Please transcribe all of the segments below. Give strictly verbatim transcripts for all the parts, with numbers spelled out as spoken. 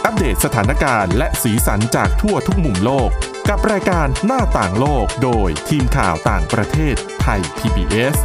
อัปเดตสถานการณ์และสีสันจากทั่วทุกมุมโลกกับรายการหน้าต่างโลกโดยทีมข่าวต่างประเทศไทย พี บี เอส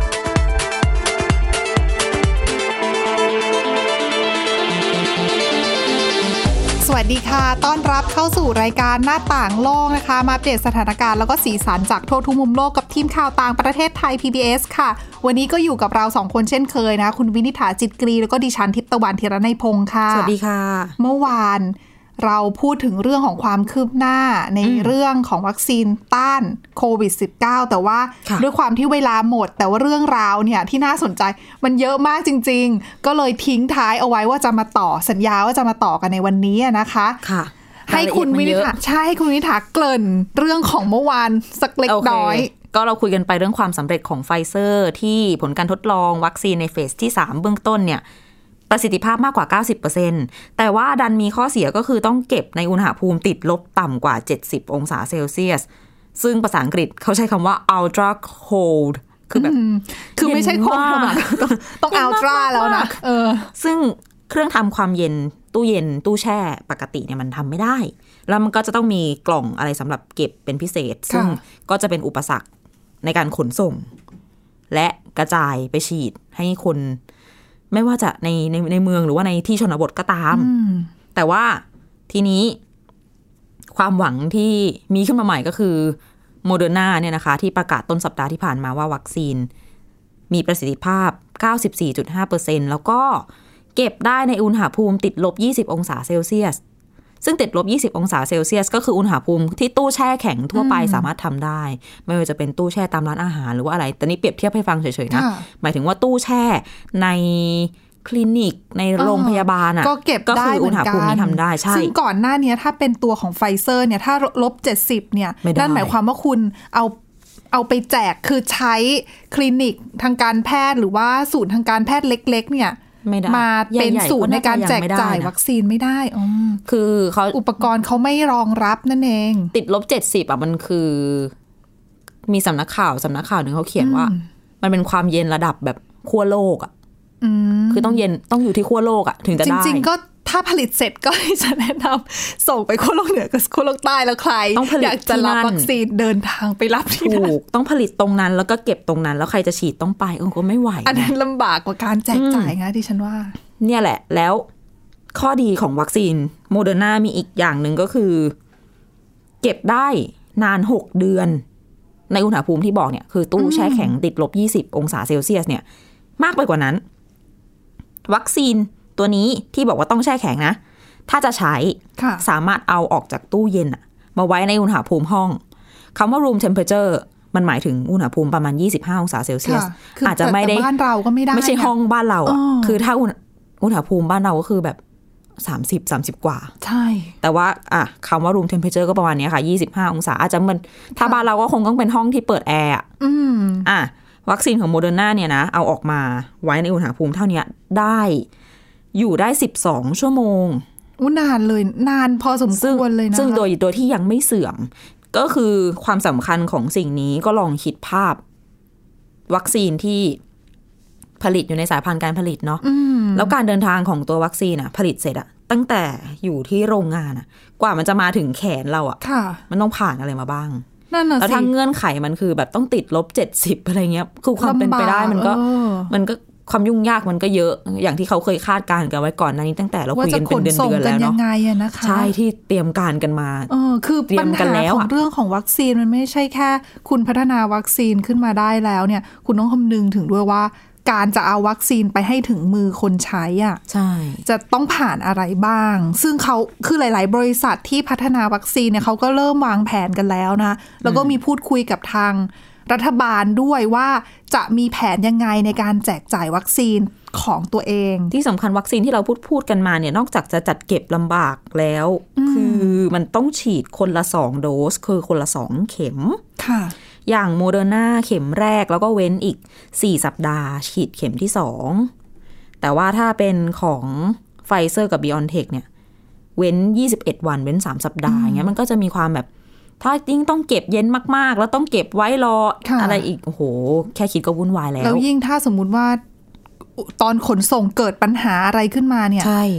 สวัสดีค่ะต้อนรับเข้าสู่รายการหน้าต่างโลกนะคะมาอัปเดตสถานการณ์แล้วก็สีสันจากทั่วทุกมุมโลกกับทีมข่าวต่างประเทศไทย พี บี เอส ค่ะวันนี้ก็อยู่กับเราสองคนเช่นเคยนะคุณวินิษฐาจิตกรีแล้วก็ดิฉันทิพย์ตะวันธีรนัยพงค์ค่ะสวัสดีค่ะเมื่อวานเราพูดถึงเรื่องของความคืบหน้าในเรื่องของวัคซีนต้านโควิด สิบเก้า แต่ว่าด้วยความที่เวลาหมดแต่ว่าเรื่องราวเนี่ยที่น่าสนใจมันเยอะมากจริงๆก็เลยทิ้งท้ายเอาไว้ว่าจะมาต่อสัญญาว่าจะมาต่อกันในวันนี้นะคะค่ะให้คุณวินิษฐาใช่ให้คุณวินิษฐาเกริ่นเรื่องของเมื่อวานสักเล็กน้อยก็เราคุยกันไปเรื่องความสำเร็จของไฟเซอร์ที่ผลการทดลองวัคซีนในเฟสที่สามเบื้องต้นเนี่ยประสิทธิภาพมากกว่า เก้าสิบเปอร์เซ็นต์ แต่ว่าดันมีข้อเสียก็คือต้องเก็บในอุณหภูมิติดลบต่ำกว่าเจ็ดสิบองศาเซลเซียสซึ่งภาษาอังกฤษเขาใช้คำว่า ultra cold คือแบบคือไม่ใช่ cold ธรรมดาต้อง ultra แล้วนะเออซึ่งเครื่องทำความเย็นตู้เย็นตู้แช่ปกติเนี่ยมันทำไม่ได้แล้วมันก็จะต้องมีกล่องอะไรสำหรับเก็บเป็นพิเศษซึ่งก็จะเป็นอุปสรรคในการขนส่งและกระจายไปฉีดให้คนไม่ว่าจะในในในเมืองหรือว่าในที่ชนบทก็ตามแต่ว่าทีนี้ความหวังที่มีขึ้นมาใหม่ก็คือโมเดอร์นาเนี่ยนะคะที่ประกาศต้นสัปดาห์ที่ผ่านมาว่าวัคซีนมีประสิทธิภาพ เก้าสิบสี่จุดห้าเปอร์เซ็นต์ แล้วก็เก็บได้ในอุณหภูมิติดลบยี่สิบองศาเซลเซียสซึ่งติดลบยี่สิบองศาเซลเซียสก็คืออุณหภูมิที่ตู้แช่แข็งทั่วไปสามารถทำได้ไม่ว่าจะเป็นตู้แช่ตามร้านอาหารหรือว่าอะไรแต่นี้เปรียบเทียบให้ฟังเฉยๆนะหมายถึงว่าตู้แช่ในคลินิกในโรงพยาบาลอ่ะก็เก็บได้เหมือนกันอุณหภูมินี้ทำได้ใช่ซึ่งก่อนหน้านี้ถ้าเป็นตัวของไฟเซอร์เนี่ยถ้าลบเจ็ดสิบเนี่ยนั่นหมายความว่าคุณเอาเอาไปแจกคือใช้คลินิกทางการแพทย์หรือว่าศูนย์ทางการแพทย์เล็กๆเนี่ยมาเป็นศูนย์ในการแจกจ่ายวัคซีนไม่ได้อ๋อคือเขาอุปกรณ์เขาไม่รองรับนั่นเองติดลบเจ็ดสิบอ่ะมันคือมีสำนักข่าวสำนักข่าวหนึ่งเขาเขียนว่ามันเป็นความเย็นระดับแบบขั้วโลกอ่ะคือต้องเย็นต้องอยู่ที่ขั้วโลกอ่ะถึงจะได้จริงๆก็ถ้าผลิตเสร็จก็จะแนะนำส่งไปขั้วโลกเหนือกับขั้วโลกใต้แล้วใครอยากจะรับวัคซีนเดินทางไปรับที่นั่นถูกต้องผลิตตรงนั้นแล้วก็เก็บตรงนั้นแล้วใครจะฉีดต้องไปเออก็ไม่ไหวอันนั้นลำบากกว่าการแจกจ่ายนะที่ฉันว่าเนี่ยแหละแล้วข้อดีของวัคซีนโมเดอร์นามีอีกอย่างหนึ่งก็คือเก็บได้นานหกเดือนในอุณหภูมิที่บอกเนี่ยคือตู้แช่แข็งติดลบยี่สิบองศาเซลเซียสเนี่ยมากไปกว่านั้นวัคซีนตัวนี้ที่บอกว่าต้องแช่แข็งนะถ้าจะใช้สามารถเอาออกจากตู้เย็นมาไว้ในอุณหภูมิห้องคำว่า room temperature มันหมายถึงอุณหภูมิประมาณยี่สิบห้าองศาเซลเซียสอาจจะไม่ได้บ้านเราก็ไม่ได้ไม่ใช่ห้องบ้านเราอ่ะคือถ้าอุณหภูมิบ้านเราก็คือแบบสามสิบ สามสิบกว่าใช่แต่ว่าอ่ะคำว่า room temperature ก็ประมาณนี้ค่ะยี่สิบห้าองศาอาจจะมันถ้าบ้านเราก็คงต้องเป็นห้องที่เปิดแอร์อ่ะวัคซีนของโมเดอร์นาเนี่ยนะเอาออกมาไว้ในอุณหภูมิเท่านี้ได้อยู่ได้สิบสองชั่วโมงอู้นานเลยนานพอสมควรเลยนะซึ่งโดยโดยที่ยังไม่เสื่อมก็คือความสำคัญของสิ่งนี้ก็ลองคิดภาพวัคซีนที่ผลิตอยู่ในสายพานการผลิตเนาะแล้วการเดินทางของตัววัคซีนอะผลิตเสร็จอะตั้งแต่อยู่ที่โรงงานอะกว่ามันจะมาถึงแขนเราอะมันต้องผ่านอะไรมาบ้างแล้วทางเงื่อนไขมันคือแบบต้องติดลบเจ็ดสิบอะไรเงี้ยคือความเป็นไปได้มันก็มันก็ความยุ่งยากมันก็เยอะอย่างที่เขาเคยคาดการณ์กันไว้ก่อนหน้านี้ตั้งแต่เราคุยกันเป็นเดือนๆแล้วเนาะใช่ที่เตรียมการกันมาเออคือปัญหาของเรื่องของวัคซีนมันไม่ใช่แค่คุณพัฒนาวัคซีนขึ้นมาได้แล้วเนี่ยคุณต้องคำนึงถึงด้วยว่าการจะเอาวัคซีนไปให้ถึงมือคนใช้อ่ะใช่จะต้องผ่านอะไรบ้างซึ่งเขาคือหลายๆบริษัทที่พัฒนาวัคซีนเนี่ยเขาก็เริ่มวางแผนกันแล้วนะแล้วก็มีพูดคุยกับทางรัฐบาลด้วยว่าจะมีแผนยังไงในการแจกจ่ายวัคซีนของตัวเองที่สำคัญวัคซีนที่เราพูดพูดกันมาเนี่ยนอกจากจะจัดเก็บลำบากแล้วคือมันต้องฉีดคนละสองโดสคือคนละสองเข็มค่ะอย่างโมเดอร์นาเข็มแรกแล้วก็เว้นอีกสี่สัปดาห์ฉีดเข็มที่สองแต่ว่าถ้าเป็นของไฟเซอร์กับ BioNTech เนี่ยเว้นยี่สิบเอ็ดวันเว้นสามสัปดาห์อย่างเงี้ยมันก็จะมีความแบบถ้ายิ่งต้องเก็บเย็นมากๆแล้วต้องเก็บไว้รออะไรอีกโอ้โหแค่คิดก็วุ่นวายแล้วแล้วยิ่งถ้าสมมุติว่าตอนขนส่งเกิดปัญหาอะไรขึ้นมาเนี่ยใช่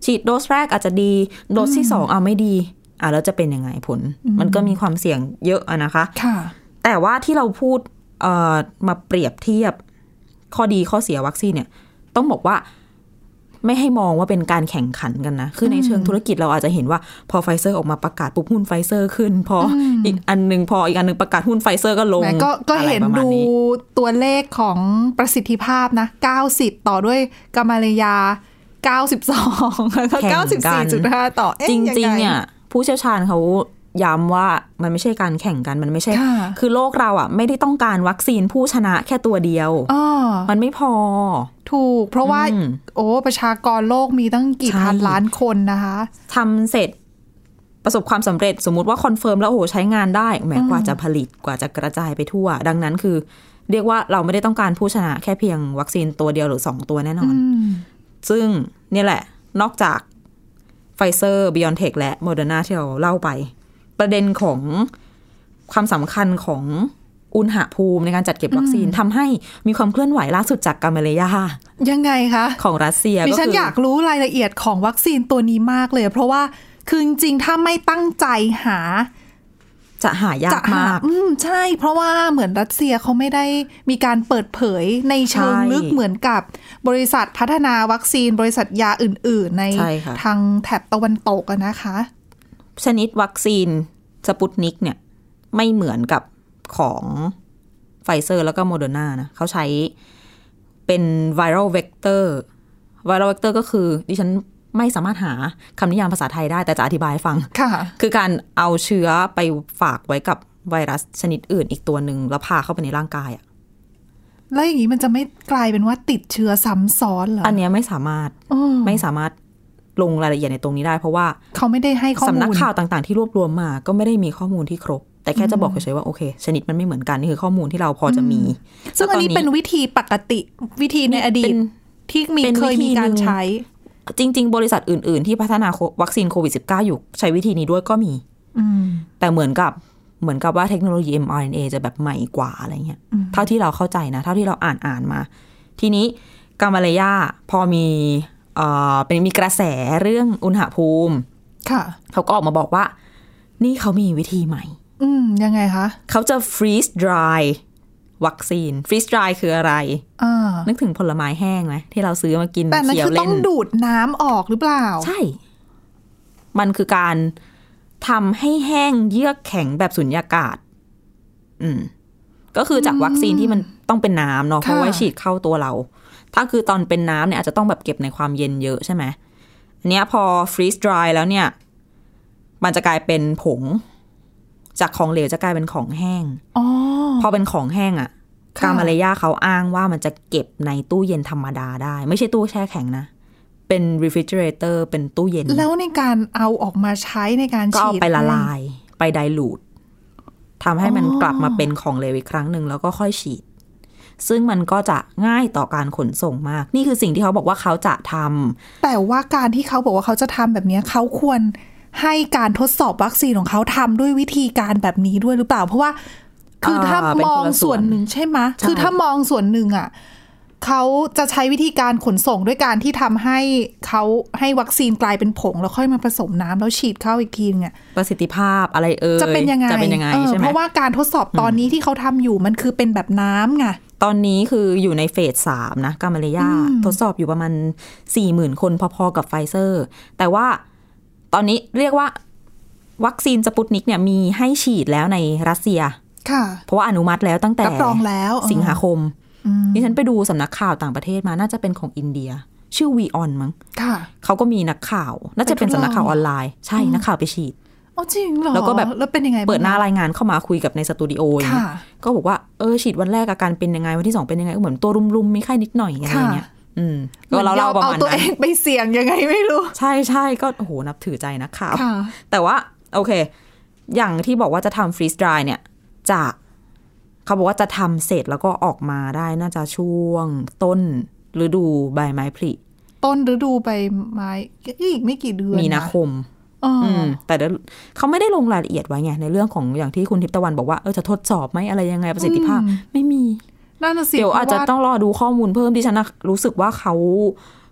ฉีดโดสแรกอาจจะดีโดสที่สองเอาไม่ดีอ่ะแล้วจะเป็นยังไงผลมันก็มีความเสี่ยงเยอะอะนะคะค่ะแต่ว่าที่เราพูดเอ่อมาเปรียบเทียบข้อดีข้อเสียวัคซีนเนี่ยต้องบอกว่าไม่ให้มองว่าเป็นการแข่งขันกันนะคือในเชิงธุรกิจเราอาจจะเห็นว่าพอไฟเซอร์ออกมาประกาศปุ๊บหุ้นไฟเซอร์ขึ้นพออีกอันนึงพออีกอันนึงประกาศหุ้นไฟเซอร์ก็ลงก็ก็เห็นดูตัวเลขของประสิทธิภาพนะเก้าสิบต่อด้วยกามาเลยาเก้าสิบสองแล้วก็ เก้าสิบสี่จุดห้า ต่อจริงๆเนี่ยผู้เชี่ยวชาญเขาย้ำว่ามันไม่ใช่การแข่งกันมันไม่ใช่คือโลกเราอ่ะไม่ได้ต้องการวัคซีนผู้ชนะแค่ตัวเดียวมันไม่พอถูกเพราะว่าโอ้ประชากรโลกมีตั้งกี่พันล้านคนนะคะทำเสร็จประสบความสำเร็จสมมุติว่าคอนเฟิร์มแล้วโอ้ใช้งานได้แม้กว่าจะผลิตกว่าจะกระจายไปทั่วดังนั้นคือเรียกว่าเราไม่ได้ต้องการผู้ชนะแค่เพียงวัคซีนตัวเดียวหรือสองตัวแน่นอนซึ่งนี่แหละนอกจากไฟเซอร์ BioNTech และ Moderna ที่เราเล่าไปประเด็นของความสำคัญของอุณหภูมิในการจัดเก็บวัคซีนทำให้มีความเคลื่อนไหวล่าสุดจากกามาเลยายังไงคะของรัสเซียดิฉันอยากรู้รายละเอียดของวัคซีนตัวนี้มากเลยเพราะว่าคือจริงๆถ้าไม่ตั้งใจหาจะหายากมากอืมใช่เพราะว่าเหมือนรัสเซียเขาไม่ได้มีการเปิดเผยในเชิงลึกเหมือนกับบริษัทพัฒนาวัคซีนบริษัทยาอื่นๆในทางแถบตะวันตกนะคะชนิดวัคซีนสปุตนิกเนี่ยไม่เหมือนกับของไฟเซอร์แล้วก็โมเดอร์นานะเขาใช้เป็นไวรัลเวกเตอร์ไวรัลเวกเตอร์ก็คือดิฉันไม่สามารถหาคำนิยามภาษาไทยได้แต่จะอธิบายให้ฟังคือการเอาเชื้อไปฝากไว้กับไวรัสชนิดอื่นอีกตัวหนึ่งแล้วพาเข้าไปในร่างกายอะแล้วอย่างนี้มันจะไม่กลายเป็นว่าติดเชื้อซ้ำซ้อนเหรออันนี้ไม่สามารถไม่สามารถลงรายละเอียดในตรงนี้ได้เพราะว่าเขาไม่ได้ให้ข้อมูลสำนักข่าวต่างๆที่รวบรวมมาก็ไม่ได้มีข้อมูลที่ครบแต่แค่จะบอกเฉยๆว่าโอเคชนิดมันไม่เหมือนกันนี่คือข้อมูลที่เราพอจะมีซึ่งอันนี้เป็นวิธีปกติวิธีในอดีตที่มีเคยมีการใช้จริงๆบริษัทอื่นๆที่พัฒนาวัคซีนโควิด สิบเก้า อยู่ใช้วิธีนี้ด้วยก็มีแต่เหมือนกับเหมือนกับว่าเทคโนโลยี เอ็ม อาร์ เอ็น เอ จะแบบใหม่กว่าอะไรเงี้ยเท่าที่เราเข้าใจนะเท่าที่เราอ่านอ่านมาทีนี้กามาเลยาพอมีเอ่อเป็นมีกระแสเรื่องอุณหภูมิค่ะเขาก็ออกมาบอกว่านี่เขามีวิธีใหม่อืมยังไงคะเขาจะ freeze dry วัคซีน freeze dry คืออะไรนึกถึงผลไม้แห้งไหมที่เราซื้อมากินแต่นั่นคือต้องดูดน้ำออกหรือเปล่าใช่มันคือการทำให้แห้งเยือกแข็งแบบสุญญากาศอืมก็คือจากวัคซีนที่มันต้องเป็นน้ำเนาะเพราะว่าฉีดเข้าตัวเราถ้าคือตอนเป็นน้ำเนี่ยอาจจะต้องแบบเก็บในความเย็นเยอะใช่ไหมอันเนี้ยพอ freeze dry แล้วเนี่ยมันจะกลายเป็นผงจากของเหลวจะกลายเป็นของแห้งอ๋อพอเป็นของแห้งอ่ะกามาเลยาเขาอ้างว่ามันจะเก็บในตู้เย็นธรรมดาได้ไม่ใช่ตู้แช่แข็งนะเป็น refrigerator เป็นตู้เย็นแล้วในการเอาออกมาใช้ในการฉีดก็เอาไปละลายไปไดลูททำให้มันกลับมาเป็นของเหลวอีกครั้งหนึ่งแล้วก็ค่อยฉีดซึ่งมันก็จะง่ายต่อการขนส่งมากนี่คือสิ่งที่เขาบอกว่าเขาจะทำแต่ว่าการที่เขาบอกว่าเขาจะทำแบบนี้เขาควรให้การทดสอบวัคซีนของเขาทำด้วยวิธีการแบบนี้ด้วยหรือเปล่าเพราะว่าคือถ้ามองส่วนหนึ่งใช่ไหมคือถ้ามองส่วนหนึ่งอ่ะเขาจะใช้วิธีการขนส่งด้วยการที่ทำให้เขาให้วัคซีนกลายเป็นผงแล้วค่อยมาผสมน้ำแล้วฉีดเข้าอีกทีนึงอ่ะประสิทธิภาพอะไรเอ่ยจะเป็นยังไงจะเป็นยังไงใช่ไหมเพราะว่าการทดสอบตอนนี้ที่เขาทำอยู่มันคือเป็นแบบน้ำไงตอนนี้คืออยู่ในเฟสสามนะกามาเลยาทดสอบอยู่ประมาณ สี่หมื่น คนพอๆกับไฟเซอร์แต่ว่าตอนนี้เรียกว่าวัคซีนสปุตนิกเนี่ยมีให้ฉีดแล้วในรัสเซียค่ะเพราะว่าอนุมัติแล้วตั้งแต่รับรองแล้วสิงหาคมดิฉันไปดูสำนักข่าวต่างประเทศมาน่าจะเป็นของอินเดียชื่อวีออนมั้งค่ะเขาก็มีนักข่าวน่าจะเป็นสำนักข่าวออนไลน์ใช่นักข่าวไปฉีดอ๋อจริงเหรอแล้วก็แบบแล้วเป็นยังไงเปิดหน้ารายงานเข้ามาคุยกับในสตูดิโอก็บอกว่าเออฉีดวันแรกอาการเป็นยังไงวันที่สองเป็นยังไงเหมือนตัวรุมๆมีไข้นิดหน่อยอะไรเงี้ยอืมก็เราเล่าประมาณนั้นเอาตัวเองไปเสี่ยงยังไงไม่รู้ใช่ใช่ก็โอ้โหนับถือใจนักข่าวแต่ว่าโอเคอย่างที่บอกว่าจะทำฟรีสไดรเนี่ยจะเขาบอกว่าจะทำเสร็จแล้วก็ออกมาได้น่าจะช่วงต้นฤดูใบไม้ผลิต้นฤดูใบไม้อีกไม่กี่เดือนมีนาคมอืมแต่เขาไม่ได้ลงรายละเอียดไว้ไงในเรื่องของอย่างที่คุณทิพย์ตะวันบอกว่าเออจะทดสอบไหมอะไรยังไงประสิทธิภาพไม่มีนั่นน่ะสิเดี๋ยวอาจจะต้องรอดูข้อมูลเพิ่มที่ฉันรู้สึกว่าเขา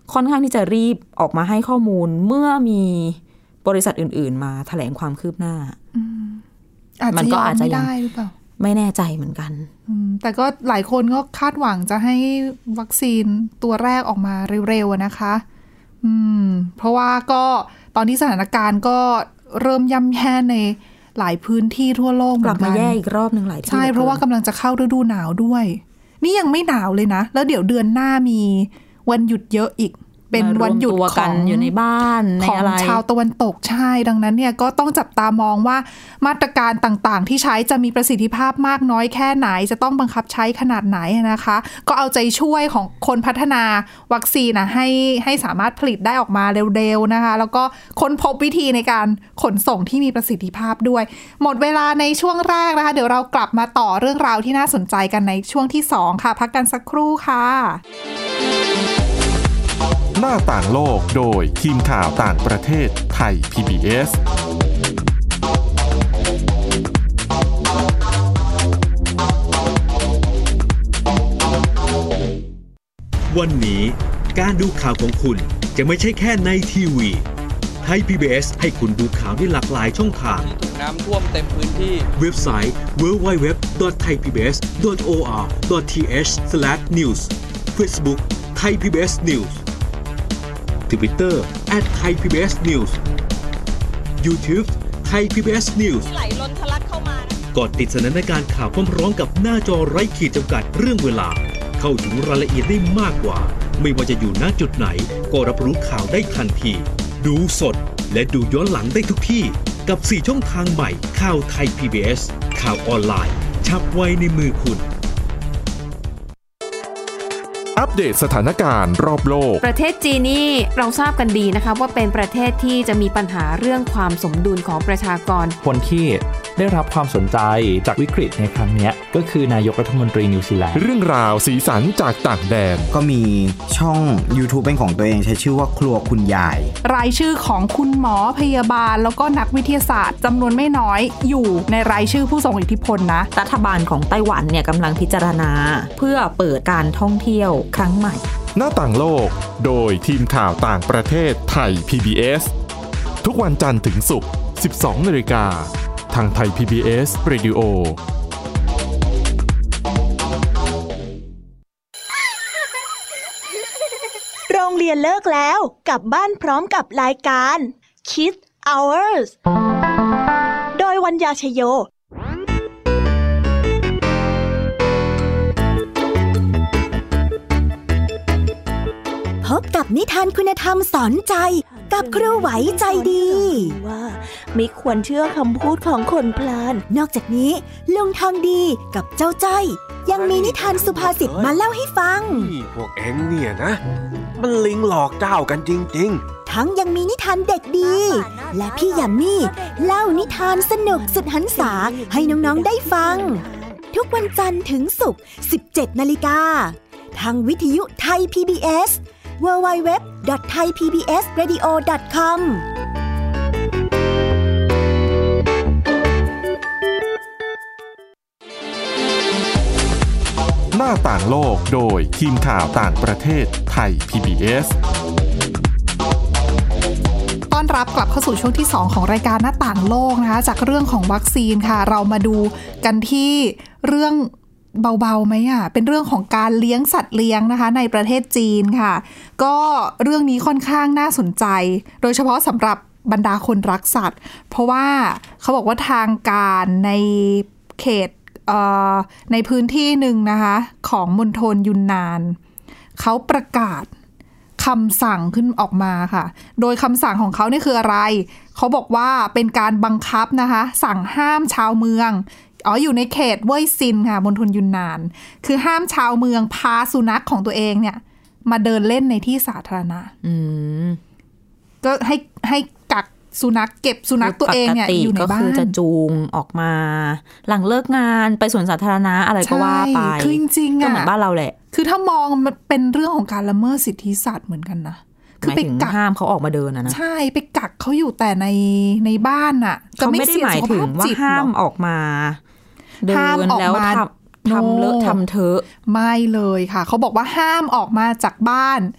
ค่อนข้างที่จะรีบออกมาให้ข้อมูลเมื่อมีบริษัทอื่นๆมาแถลงความคืบหน้ามันก็อาจจะยังได้หรือเปล่าไม่แน่ใจเหมือนกันแต่ก็หลายคนก็คาดหวังจะให้วัคซีนตัวแรกออกมาเร็วๆนะคะอืมเพราะว่าก็ตอนที่สถานการณ์ก็เริ่มย่ำแย่ในหลายพื้นที่ทั่วโลกกลับมาแย่อีกรอบนึงหลายที่ใช่เพราะว่ากำลังจะเข้าฤดูหนาวด้วยนี่ยังไม่หนาวเลยนะแล้วเดี๋ยวเดือนหน้ามีวันหยุดเยอะอีกเป็นวันหยุดของอยู่ในบ้านของชาวตะวันตกใช่ดังนั้นเนี่ยก็ต้องจับตามองว่ามาตรการต่างๆที่ใช้จะมีประสิทธิภาพมากน้อยแค่ไหนจะต้องบังคับใช้ขนาดไหนนะคะก็เอาใจช่วยของคนพัฒนาวัคซีนนะให้ให้สามารถผลิตได้ออกมาเร็วๆนะคะแล้วก็ค้นพบวิธีในการขนส่งที่มีประสิทธิภาพด้วยหมดเวลาในช่วงแรกนะคะเดี๋ยวเรากลับมาต่อเรื่องราวที่น่าสนใจกันในช่วงที่สองค่ะพักกันสักครู่ค่ะหน้าต่างโลกโดยทีมข่าวต่างประเทศไทย พี บี เอสวันนี้การดูข่าวของคุณจะไม่ใช่แค่ในทีวีไทย พี บี เอส ให้คุณดูข่าวได้หลากหลายช่องทางถูกน้ำท่วมเต็มพื้นที่เว็บไซต์ ดับเบิลยู ดับเบิลยู ดับเบิลยู ดอท ไทยพีบีเอส ดอท โอ อาร์ ดอท ที เอช สแลช นิวส์ Facebook Thai พี บี เอส News Twitterแอท ไทยพีบีเอสนิวส์ YouTube Thai พี บี เอส News ไหลล้นทะลักเข้ามานะกดติดสนันในการข่าวพร้อมๆกับหน้าจอไร้ขีดจำกัดเรื่องเวลาเข้าถึงรายละเอียดได้มากกว่าไม่ว่าจะอยู่ณจุดไหนก็รับรู้ข่าวได้ทันทีดูสดและดูย้อนหลังได้ทุกที่กับสี่ช่องทางใหม่ข่าวไทย พี บี เอส ข่าวออนไลน์ฉับไวในมือคุณอัปเดตสถานการณ์รอบโลกประเทศจีนนี่เราทราบกันดีนะคะว่าเป็นประเทศที่จะมีปัญหาเรื่องความสมดุลของประชากรคนที่ได้รับความสนใจจากวิกฤตในครั้งนี้ก็คือนายกรัฐมนตรีนิวซีแลนด์เรื่องราวสีสันจากต่างแดนก็มีช่อง YouTube เป็นของตัวเองใช้ชื่อว่าครัวคุณยายรายชื่อของคุณหมอพยาบาลแล้วก็นักวิทยาศาสตร์จำนวนไม่น้อยอยู่ในรายชื่อผู้ทรงอิทธิพลนะรัฐบาลของไต้หวันเนี่ยกำลังพิจารณาเพื่อเปิดการท่องเที่ยวครั้งใหม่หน้าต่างโลกโดยทีมข่าวต่างประเทศไทย พี บี เอส ทุกวันจันทร์ถึงศุกร์ สิบสองนาฬิกาทางไทย พี บี เอส Radio โรงเรียนเลิกแล้วกลับบ้านพร้อมกับรายการ Kids Hours โดยวัญญาชโยพบกับนิทานคุณธรรมสอนใจกับครูไหวใจดีว่าไม่ควรเชื่อคำพูดของคนพลานนอกจากนี้ลุงทองดีกับเจ้าจ้อยยังมีนิทานสุภาษิตมาเล่าให้ฟังนี่พวกเอ็งเนี่ยนะมันลิงหลอกเจ้ากันจริงๆทั้งยังมีนิทานเด็กดีและพี่ยามีเล่านิทานสนุกสุดหรรษาให้น้องๆได้ฟังทุกวันจันทร์ถึงศุกร์ สิบเจ็ดนาฬิกาทางวิทยุไทย พี บี เอสดับเบิลยู ดับเบิลยู ดับเบิลยู ดอท ไทยพีบีเอสเรดิโอ ดอท คอมหน้าต่างโลกโดยทีมข่าวต่างประเทศไทย พี บี เอสต้อนรับกลับเข้าสู่ช่วงที่สองของรายการหน้าต่างโลกนะคะจากเรื่องของวัคซีนค่ะเรามาดูกันที่เรื่องเบาๆไหมอ่ะเป็นเรื่องของการเลี้ยงสัตว์เลี้ยงนะคะในประเทศจีนค่ะก็เรื่องนี้ค่อนข้างน่าสนใจโดยเฉพาะสำหรับบรรดาคนรักสัตว์เพราะว่าเขาบอกว่าทางการในเขตในพื้นที่หนึ่งนะคะของมณฑลยุนนานเขาประกาศคำสั่งขึ้นออกมาค่ะโดยคำสั่งของเขานี่คืออะไรเขาบอกว่าเป็นการบังคับนะคะสั่งห้ามชาวเมืองอ๋ออยู่ในเขตเว่ยซินค่ะมณฑลยุนนานคือห้ามชาวเมืองพาสุนัขของตัวเองเนี่ยมาเดินเล่นในที่สาธารณะก็ให้ให้กักสุนัขเก็บสุนัขตัวเองเนี่ยอยู่ในบ้านก็คือจะจูงออกมาหลังเลิกงานไปสวนสาธารณะอะไรก็ว่าไปคือจริงๆอ่ะก็เหมือนบ้านเราแหละคือถ้ามองมันเป็นเรื่องของการละเมิดสิทธิสัตว์เหมือนกันนะคือไปกักห้ามเขาออกมาเดินนะใช่ไปกักเขาอยู่แต่ในในบ้านอ่ะเขาไม่ได้หมายถึงว่าห้ามออกมาเดินแล้วทำทำเลอะทำเทอะไม่เลยค่ะเขาบอกว่าห้ามออกมาจากบ้าน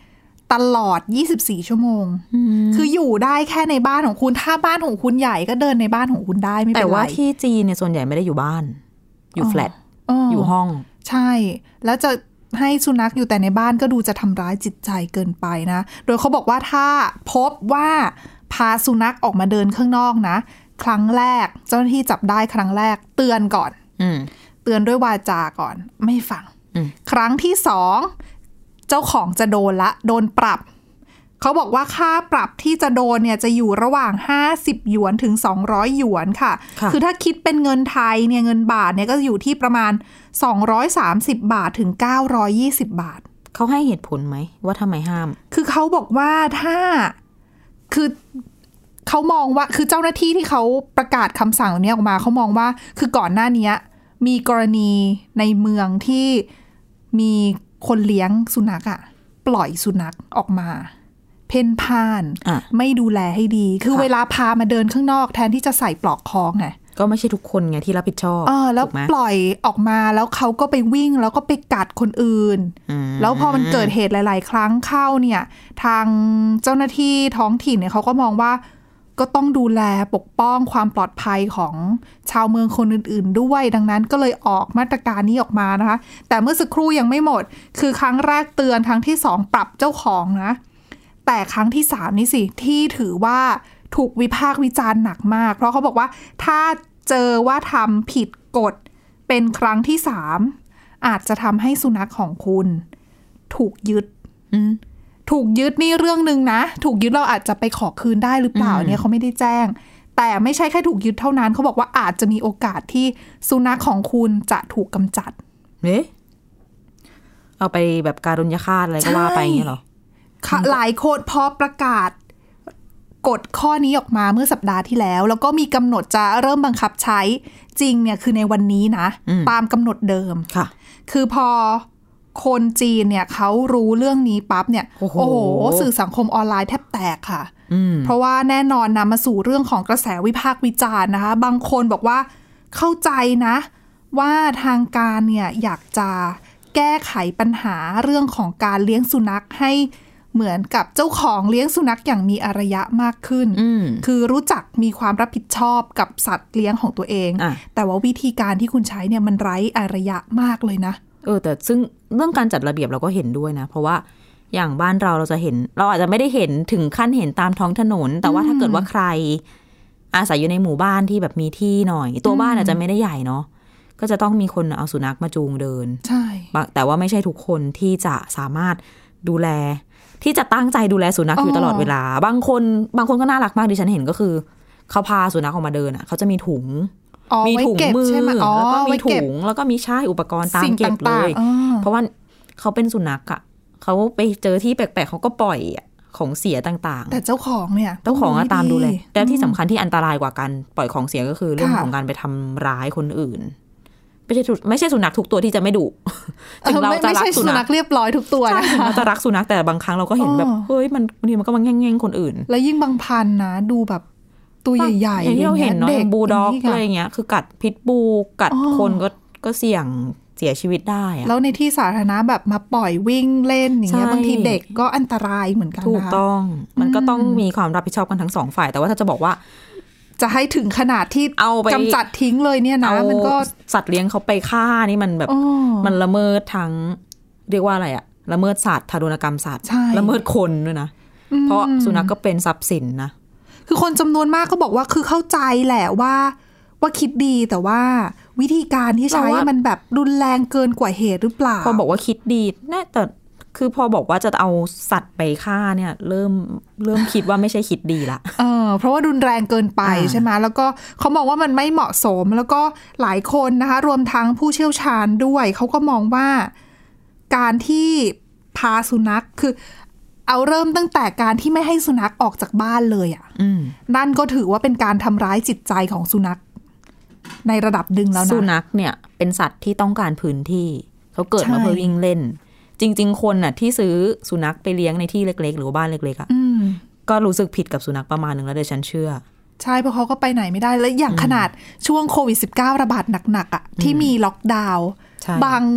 ตลอดยี่สิบสี่ชั่วโมงคืออยู่ได้แค่ในบ้านของคุณถ้าบ้านของคุณใหญ่ก็เดินในบ้านของคุณได้ไม่เป็นไรแต่ว่าที่จีนเนี่ยส่วนใหญ่ไม่ได้อยู่บ้านอยู่แฟลตอยู่ห้องใช่แล้วจะให้สุนัขอยู่แต่ในบ้านก็ดูจะทำร้ายจิตใจเกินไปนะโดยเขาบอกว่าถ้าพบว่าพาสุนัขออกมาเดินข้างนอกนะครั้งแรกเจ้าหน้าที่จับได้ครั้งแรกเตือนก่อนเตือนด้วยวาจาก่อนไม่ฟังครั้งที่สองเจ้าของจะโดนละโดนปรับเขาบอกว่าค่าปรับที่จะโดนเนี่ยจะอยู่ระหว่างห้าสิบหยวนถึงสองร้อยหยวนค่ะคือถ้าคิดเป็นเงินไทยเนี่ยเงินบาทเนี่ยก็อยู่ที่ประมาณสองร้อยสามสิบบาทถึงเก้าร้อยยี่สิบบาทเขาให้เหตุผลไหมว่าทำไมห้ามคือเขาบอกว่าถ้าคือเขามองว่าคือเจ้าหน้าที่ที่เขาประกาศคำสั่งนี้ออกมาเขามองว่าคือก่อนหน้านี้มีกรณีในเมืองที่มีคนเลี้ยงสุนัขอะปล่อยสุนัขออกมาเพ่นพ่านไม่ดูแลให้ดีคือเวลาพามาเดินข้างนอกแทนที่จะใส่ปลอกคอไงก็ไม่ใช่ทุกคนไงที่รับผิดชอบเออแล้วปล่อยออกมาแล้วเขาก็ไปวิ่งแล้วก็ไปกัดคนอื่นแล้วพอมันเกิดเหตุหลายๆครั้งเข้าเนี่ยทางเจ้าหน้าที่ท้องถิ่นเนี่ยเขาก็มองว่าก็ต้องดูแลปกป้องความปลอดภัยของชาวเมืองคนอื่นๆด้วยดังนั้นก็เลยออกมาตรการนี้ออกมานะคะแต่เมื่อสักครู่ยังไม่หมดคือครั้งแรกเตือนครั้งที่สองปรับเจ้าของนะแต่ครั้งที่สามนี่สิที่ถือว่าถูกวิพากษ์วิจารณ์หนักมากเพราะเขาบอกว่าถ้าเจอว่าทำผิดกฎเป็นครั้งที่สามอาจจะทำให้สุนัขของคุณถูกยึดถูกยึดนี่เรื่องนึงนะถูกยึดเราอาจจะไปขอคืนได้หรือเปล่าเนี่ยเขาไม่ได้แจ้งแต่ไม่ใช่แค่ถูกยึดเท่านั้นเขาบอกว่าอาจจะมีโอกาสที่สุนัขของคุณจะถูกกำจัดเอ๊ะเอาไปแบบการุญยฆาตอะไรก็ว่าไปอย่างเงี้ยหรอหลายคนพอประกาศกฎข้อนี้ออกมาเมื่อสัปดาห์ที่แล้วแล้วก็มีกำหนดจะเริ่มบังคับใช้จริงเนี่ยคือในวันนี้นะตามกำหนดเดิมค่ะคือพอคนจีนเนี่ยเขารู้เรื่องนี้ปั๊บเนี่ยโอ้โหสื่อสังคมออนไลน์แทบแตกค่ะเพราะว่าแน่นอนนำมาสู่เรื่องของกระแสวิพากษ์วิจารณ์นะคะบางคนบอกว่าเข้าใจนะว่าทางการเนี่ยอยากจะแก้ไขปัญหาเรื่องของการเลี้ยงสุนัขให้เหมือนกับเจ้าของเลี้ยงสุนัขอย่างมีอารยะมากขึ้นคือรู้จักมีความรับผิดชอบกับสัตว์เลี้ยงของตัวเองแต่ว่าวิธีการที่คุณใช้เนี่ยมันไร้อารยะมากเลยนะเออแต่ซึ่งเรื่องการจัดระเบียบเราก็เห็นด้วยนะเพราะว่าอย่างบ้านเราเราจะเห็นเราอาจจะไม่ได้เห็นถึงขั้นเห็นตามท้องถนนแต่ว่าถ้าเกิดว่าใครอาศัยอยู่ในหมู่บ้านที่แบบมีที่หน่อยตัวบ้านอาจจะไม่ได้ใหญ่เนาะก็จะต้องมีคนเอาสุนัขมาจูงเดินใช่แต่ว่าไม่ใช่ทุกคนที่จะสามารถดูแลที่จะตั้งใจดูแลสุนัขอยู่ตลอดเวลาบางคนบางคนก็น่ารักมากดิฉันเห็นก็คือเขาพาสุนัขออกมาเดินอ่ะเขาจะมีถุงมีถุงมือแล้วก็มีถุงแล้วก็มีใช้อุปกรณ์ตามเก็บเลยเพราะว่าเขาเป็นสุนัขอ่ะเขาไปเจอที่แปลกๆเขาก็ปล่อยของเสียต่างๆแต่เจ้าของเนี่ยเจ้าของตามดูแลแต่ที่สำคัญที่อันตรายกว่าการปล่อยของเสียก็คือเรื่องของการไปทำร้ายคนอื่นไม่ใช่ไม่ใช่สุนัขทุกตัวที่จะไม่ดุถึงเราจะรักสุนัขเรียบร้อยทุกตัวนะเราจะรักสุนัขแต่บางครั้งเราก็เห็นแบบเฮ้ยมันนี่มันก็มาแง่งๆคนอื่นแล้วยิ่งบางพันนะดูแบบตัวใหญ่ๆอย่างที่เราเห็นเนาะบูลด็อกอะไรอย่างเงี้ยคือกัดพิษบูกัดคนก็ก็เสี่ยงเสียชีวิตได้อะแล้วในที่สาธารณะแบบมาปล่อยวิ่งเล่นอย่างเงี้ยบางทีเด็กก็อันตรายเหมือนกันนะถูกต้องมันก็ต้องมีความรับผิดชอบกันทั้งสองฝ่ายแต่ว่าถ้าจะบอกว่าจะให้ถึงขนาดที่เอาไปกำจัดทิ้งเลยเนี่ยนะมันก็สัตว์เลี้ยงเขาไปฆ่านี่มันแบบมันละเมิดทั้งเรียกว่าอะไรอะละเมิดสัตว์ทารุณกรรมสัตว์ละเมิดคนด้วยนะเพราะสุนัขก็เป็นทรัพย์สินนะคือคนจำนวนมากก็บอกว่าคือเข้าใจแหละว่าว่าคิดดีแต่ว่าวิธีการที่ใช้มันแบบรุนแรงเกินกว่าเหตุหรือเปล่าพอบอกว่าคิดดีแน่แต่คือพอบอกว่าจะเอาสัตว์ไปฆ่าเนี่ยเริ่มเริ่มคิดว่าไม่ใช่คิดดีละเออเพราะว่ารุนแรงเกินไปใช่ไหมแล้วก็เขามองว่ามันไม่เหมาะสมแล้วก็หลายคนนะคะรวมทั้งผู้เชี่ยวชาญด้วยเขาก็มองว่าการที่พาสุนัขคือเอาเริ่มตั้งแต่การที่ไม่ให้สุนัขออกจากบ้านเลยอ่ะนั่นก็ถือว่าเป็นการทำร้ายจิตใจของสุนัขในระดับดึงแล้วนะสุนัขเนี่ยเป็นสัตว์ที่ต้องการพื้นที่เขาเกิดมาเพื่อวิ่งเล่นจริงๆคนน่ะที่ซื้อสุนัขไปเลี้ยงในที่เล็กๆหรือว่าบ้านเล็กๆอ่ะก็รู้สึกผิดกับสุนัขประมาณนึงแล้วเดี๋ยวฉันเชื่อใช่เพราะเขาก็ไปไหนไม่ได้แล้วอย่างขนาดช่วงโควิด สิบเก้า ระบาดหนักๆอ่ะที่มีล็อกดาวน์บาง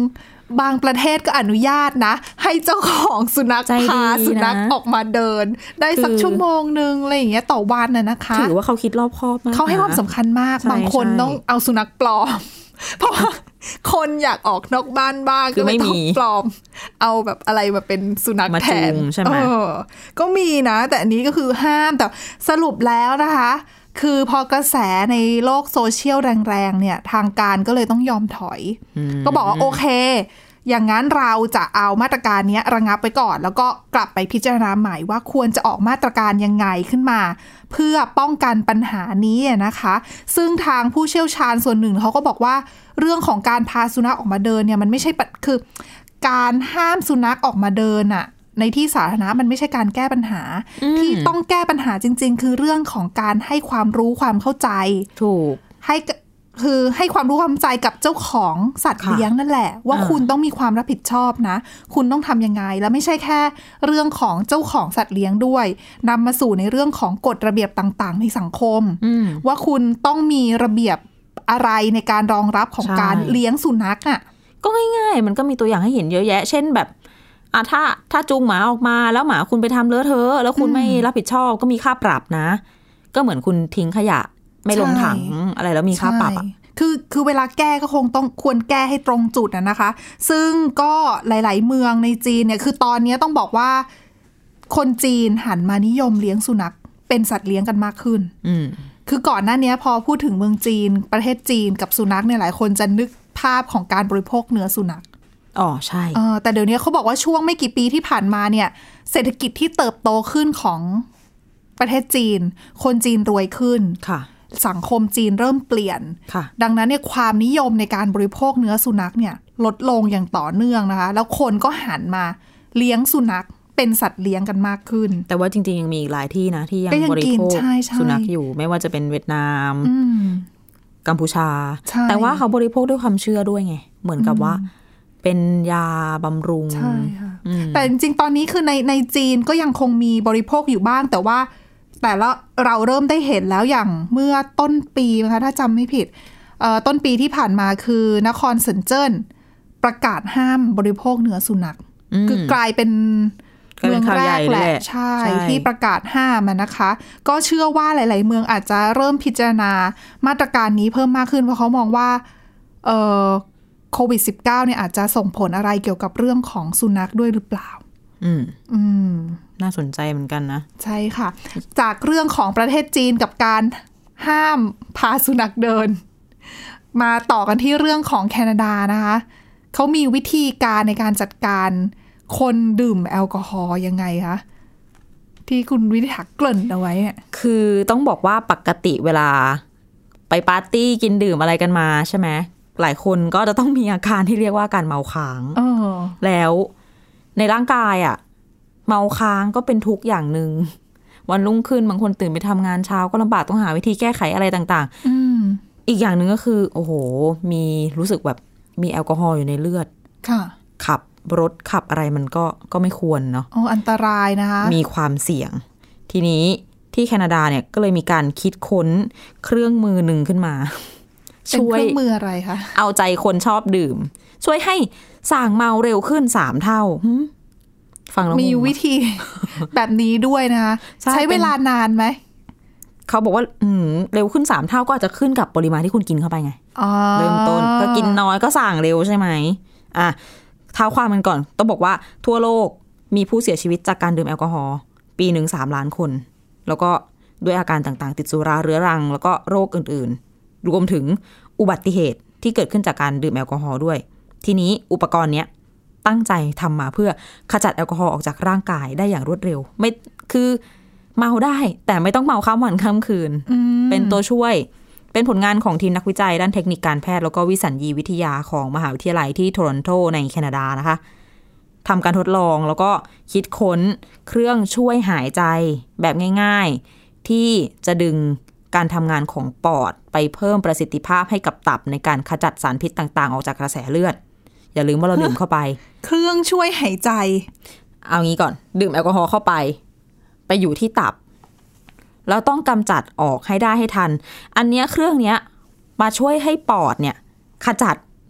บางประเทศก็อนุญาตนะให้เจ้าของสุนัขพาสุนัขออกมาเดินได้สักชั่วโมงนึงอะไรอย่างเงี้ยต่อวันน่ะนะคะถือว่าเขาคิดรอบคอบมากเขาให้ความสำคัญมากบางคนต้องเอาสุนัขปลอมเพราะว่าคนอยากออกนอกบ้านบ้างก็เลยต้องปลอมเอาแบบอะไรมาเป็นสุนัขแทนใช่ไหมก็มีนะแต่อันนี้ก็คือห้ามแต่สรุปแล้วนะคะคือพอกระแสในโลกโซเชียลแรงๆเนี่ยทางการก็เลยต้องยอมถอยก็บอกว่าโอเคอย่างนั้นเราจะเอามาตรการนี้ระงับไปก่อนแล้วก็กลับไปพิจารณาใหม่ว่าควรจะออกมาตรการยังไงขึ้นมาเพื่อป้องกันปัญหานี้นะคะซึ่งทางผู้เชี่ยวชาญส่วนหนึ่งเขาก็บอกว่าเรื่องของการพาสุนัขออกมาเดินเนี่ยมันไม่ใช่คือการห้ามสุนัขออกมาเดินอะในที่สาธารณะมันไม่ใช่การแก้ปัญหาที่ต้องแก้ปัญหาจริงๆคือเรื่องของการให้ความรู้ความเข้าใจถูกให้คือให้ความรู้ความใจกับเจ้าของสัตว์เลี้ยงนั่นแหละว่าคุณต้องมีความรับผิดชอบนะคุณต้องทำยังไงแล้วไม่ใช่แค่เรื่องของเจ้าของสัตว์เลี้ยงด้วยนำมาสู่ในเรื่องของกฎระเบียบต่างๆในสังคมว่าคุณต้องมีระเบียบอะไรในการรองรับของการเลี้ยงสุนัขอ่ะก็ง่ายๆมันก็มีตัวอย่างให้เห็นเยอะแยะเช่นแบบอ่ะถ้าถ้าจูงหมาออกมาแล้วหมาคุณไปทำเลอะเทอะแล้วคุณไม่รับผิดชอบก็มีค่าปรับนะก็เหมือนคุณทิ้งขยะไม่ลงถังอะไรแล้วมีค่าปรับอ่ะคือคือเวลาแก้ก็คงต้องควรแก้ให้ตรงจุดนะคะซึ่งก็หลายๆเมืองในจีนเนี่ยคือตอนนี้ต้องบอกว่าคนจีนหันมานิยมเลี้ยงสุนัขเป็นสัตว์เลี้ยงกันมากขึ้นคือก่อนหน้านี้พอพูดถึงเมืองจีนประเทศจีนกับสุนัขเนี่ยหลายคนจะนึกภาพของการบริโภคเนื้อสุนัขอ๋อใช่เออแต่เดี๋ยวนี้เขาบอกว่าช่วงไม่กี่ปีที่ผ่านมาเนี่ยเศรษฐกิจที่เติบโตขึ้นของประเทศจีนคนจีนรวยขึ้นค่ะสังคมจีนเริ่มเปลี่ยนดังนั้นเนี่ยความนิยมในการบริโภคเนื้อสุนัขเนี่ยลดลงอย่างต่อเนื่องนะคะแล้วคนก็หันมาเลี้ยงสุนัขเป็นสัตว์เลี้ยงกันมากขึ้นแต่ว่าจริงๆยังมีอีกหลายที่นะที่ยังบริโภคสุนัขอยู่ไม่ว่าจะเป็นเวียดนามกัมพูชาแต่ว่าเขาบริโภคด้วยความเชื่อด้วยไงเหมือนกับว่าเป็นยาบำรุงใช่ค่ะแต่จริงๆตอนนี้คือในในจีนก็ยังคงมีบริโภคอยู่บ้างแต่ว่าแต่ละเราเริ่มได้เห็นแล้วอย่างเมื่อต้นปีนะคะถ้าจำไม่ผิดต้นปีที่ผ่านมาคือนครเซินเจิ้นประกาศห้ามบริโภคเนื้อสุนัขคือกลายเป็นเมืองแรกแหละใช่ที่ประกาศห้ามนะคะก็เชื่อว่าหลายๆเมืองอาจจะเริ่มพิจารณามาตรการนี้เพิ่มมากขึ้นเพราะเขามองว่าเอ่อโควิด สิบเก้า เนี่ยอาจจะส่งผลอะไรเกี่ยวกับเรื่องของสุนัขด้วยหรือเปล่าอืมอืมน่าสนใจเหมือนกันนะใช่ค่ะจากเรื่องของประเทศจีนกับการห้ามพาสุนัขเดินมาต่อกันที่เรื่องของแคนาดานะคะเขามีวิธีการในการจัดการคนดื่มแอลกอฮอล์ยังไงคะที่คุณวิทยาเกริ่นเอาไว้คือต้องบอกว่าปกติเวลาไปปาร์ตี้กินดื่มอะไรกันมาใช่ไหมหลายคนก็จะต้องมีอาการที่เรียกว่าการเมาค้างแล้วในร่างกายอ่ะเมาค้างก็เป็นทุกข์อย่างหนึ่งวันรุ่งขึ้นบางคนตื่นไปทำงานเช้าก็ลำบากต้องหาวิธีแก้ไขอะไรต่างๆอ, อีกอย่างหนึ่งก็คือโอ้โหมีรู้สึกแบบมีแอลกอฮอล์อยู่ในเลือดขับรถขับอะไรมันก็ก็ไม่ควรเนาะอ๋ออันตรายนะคะมีความเสี่ยงทีนี้ที่แคนาดาเนี่ยก็เลยมีการคิดค้นเครื่องมือหนึ่งขึ้นมาช่วยเครื่องมืออะไรคะเอาใจคนชอบดื่มช่วยให้ส่างเมาเร็วขึ้นสามเท่าฟังแล้วมีวิธีแบบนี้ด้วยนะคะใช้เวลานานไหมเขาบอกว่าอืมเร็วขึ้นสามเท่าก็อาจจะขึ้นกับปริมาณที่คุณกินเข้าไปไงเริ่มต้นก็กินน้อยก็ส่างเร็วใช่ไหมอ่ะเท้าความมันก่อนต้องบอกว่าทั่วโลกมีผู้เสียชีวิตจากการดื่มแอลกอฮอล์ปีหนึ่งสามล้านคนแล้วก็ด้วยอาการต่างๆติดสุราเรื้อรังแล้วก็โรคอื่นๆรวมถึงอุบัติเหตุที่เกิดขึ้นจากการดื่มแอลกอฮอล์ด้วยทีนี้อุปกรณ์เนี้ยตั้งใจทำมาเพื่อขจัดแอลกอฮอล์ออกจากร่างกายได้อย่างรวดเร็วไม่คือเมาได้แต่ไม่ต้องเมาข้ามวันข้ามคืนเป็นตัวช่วยเป็นผลงานของทีมนักวิจัยด้านเทคนิคการแพทย์แล้วก็วิสัญญีวิทยาของมหาวิทยาลัยที่โทรอนโตในแคนาดานะคะทำการทดลองแล้วก็คิดค้นเครื่องช่วยหายใจแบบง่ายๆที่จะดึงการทำงานของปอดไปเพิ่มประสิทธิภาพให้กับตับในการขจัดสารพิษต่างๆออกจากกระแสเลือดอย่าลืมว่าเราดื่มเข้าไปเครื่องช่วยหายใจเอางี้ก่อนดื่มแอลกอฮอล์เข้าไปไปอยู่ที่ตับแล้วต้องกำจัดออกให้ได้ให้ทันอันเนี้ยเครื่องเนี้ยมาช่วยให้ปอดเนี่ยขจัด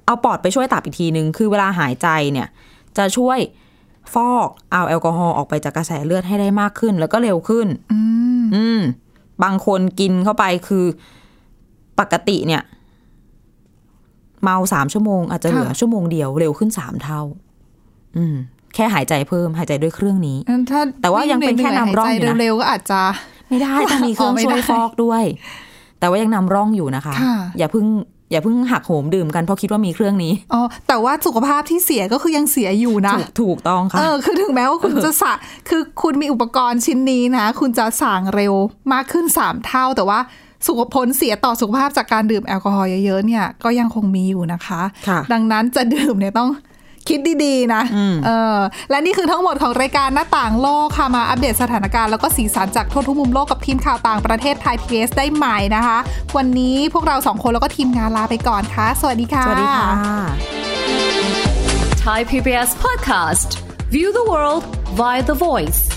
เอาปอดไปช่วยตับอีกทีนึงคือเวลาหายใจเนี่ยจะช่วยฟอกเอาแอลกอฮอล์ออกไปจากกระแสเลือดให้ได้มากขึ้นแล้วก็เร็วขึ้นอืมอืมบางคนกินเข้าไปคือปกติเนี่ยเมาสามชั่วโมงอาจจะเหลือชั่วโมงเดียวเร็วขึ้นสามเท่าอืมแค่หายใจเพิ่มหายใจด้วยเครื่องนี้แต่ว่ายังเป็นแค่นำร่องอยู่นะเร็วๆก็อาจจะไม่ได้ต้องมีเครื่องช่วยฟอกด้วยแต่ว่ายังนำร่องอยู่นะคะอย่าเพิ่งอย่าเพิ่งหักโหมดื่มกันเพราะคิดว่ามีเครื่องนี้อ๋อแต่ว่าสุขภาพที่เสียก็คือยังเสียอยู่นะถูกต้องค่ะเออคือถึงแม้ว่าคุณจะสะคือคุณมีอุปกรณ์ชิ้นนี้นะคุณจะสั่งเร็วมากขึ้นสามเท่าแต่ว่าสุขผลเสียต่อสุขภาพจากการดื่มแอลกอฮอล์เยอะๆเนี่ยก็ยังคงมีอยู่นะคะดังนั้นจะดื่มเนี่ยต้องคิดดีๆนะเออและนี่คือทั้งหมดของรายการหน้าต่างโลกค่ะมาอัปเดตสถานการณ์แล้วก็สีสันจากทั่วทุกมุมโลกกับทีมข่าวต่างประเทศไทย พี บี เอส ได้ใหม่นะคะวันนี้พวกเราสองคนแล้วก็ทีมงานลาไปก่อนค่ะสวัสดีค่ะสวัสดีค่ะ Thai พี บี เอส Podcast View the world via The Voice